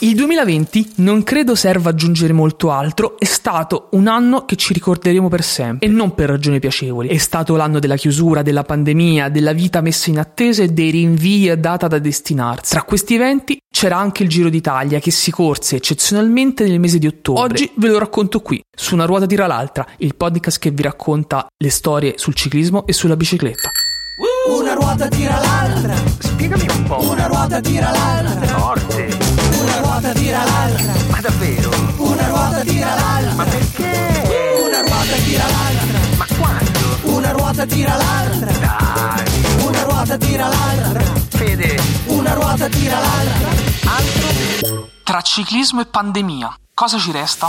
Il 2020 non credo serva aggiungere molto altro, è stato un anno che ci ricorderemo per sempre, e non per ragioni piacevoli. È stato l'anno della chiusura, della pandemia, della vita messa in attesa e dei rinvii a data da destinarsi. Tra questi eventi c'era anche il Giro d'Italia, che si corse eccezionalmente nel mese di ottobre. Oggi ve lo racconto qui, su Una ruota tira l'altra, il podcast che vi racconta le storie sul ciclismo e sulla bicicletta. Una ruota tira l'altra. Spiegami un po'. Una ruota tira l'altra. Forte. Una ruota tira l'altra. Ma davvero? Una ruota tira l'altra. Ma perché? Una ruota tira l'altra. Ma quando? Una ruota tira l'altra. Dai. Una ruota tira l'altra. Fede. Una ruota tira l'altra. Altro? Tra ciclismo e pandemia, cosa ci resta?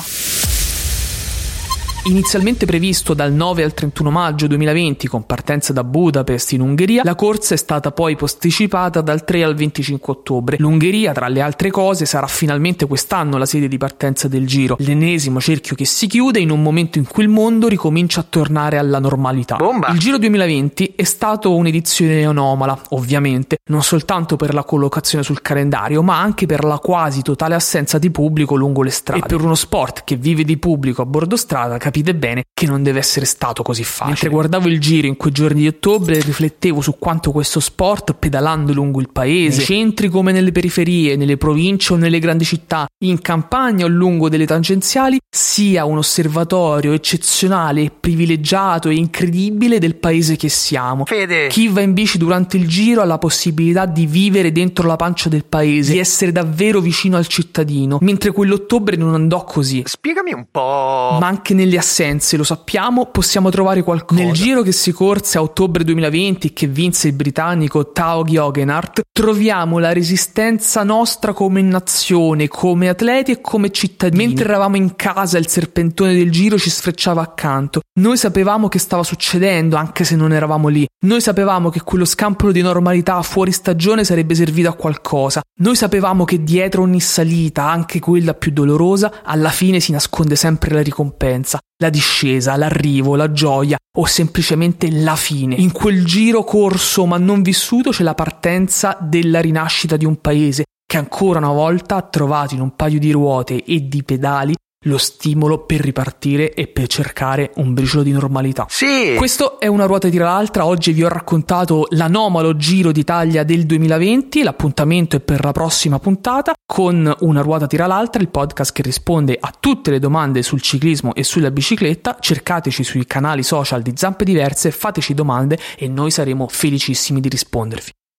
Inizialmente previsto dal 9 al 31 maggio 2020 con partenza da Budapest in Ungheria, la corsa è stata poi posticipata dal 3 al 25 ottobre. L'Ungheria, tra le altre cose, sarà finalmente quest'anno la sede di partenza del Giro, l'ennesimo cerchio che si chiude in un momento in cui il mondo ricomincia a tornare alla normalità. Bomba! Il Giro 2020 è stato un'edizione anomala, ovviamente, non soltanto per la collocazione sul calendario, ma anche per la quasi totale assenza di pubblico lungo le strade. E per uno sport che vive di pubblico a bordo strada, capite bene che non deve essere stato così facile. Mentre guardavo il Giro in quei giorni di ottobre, riflettevo su quanto questo sport, pedalando lungo il paese, nei centri come nelle periferie, nelle province o nelle grandi città, in campagna o lungo delle tangenziali, sia un osservatorio eccezionale, privilegiato e incredibile del paese che siamo. Fede. Chi va in bici durante il Giro ha la possibilità di vivere dentro la pancia del paese, di essere davvero vicino al cittadino, mentre quell'ottobre non andò così. Spiegami un po'. Ma anche nelle assenze, lo sappiamo, possiamo trovare qualcosa. Nel Giro che si corse a ottobre 2020 e che vinse il britannico Tao Geoghegan, troviamo la resistenza nostra come nazione, come atleti e come cittadini. Mentre eravamo in casa, il serpentone del Giro ci sfrecciava accanto. Noi sapevamo che stava succedendo, anche se non eravamo lì. Noi sapevamo che quello scampolo di normalità fuori stagione sarebbe servito a qualcosa. Noi sapevamo che dietro ogni salita, anche quella più dolorosa, alla fine si nasconde sempre la ricompensa. La discesa, l'arrivo, la gioia o semplicemente la fine. In quel Giro corso ma non vissuto c'è la partenza della rinascita di un paese che ancora una volta ha trovato in un paio di ruote e di pedali lo stimolo per ripartire e per cercare un briciolo di normalità. Sì! Questo è Una ruota tira l'altra. Oggi vi ho raccontato l'anomalo Giro d'Italia del 2020. L'appuntamento è per la prossima puntata con Una ruota tira l'altra, il podcast che risponde a tutte le domande sul ciclismo e sulla bicicletta. Cercateci sui canali social di Zampe Diverse, fateci domande e noi saremo felicissimi di rispondervi.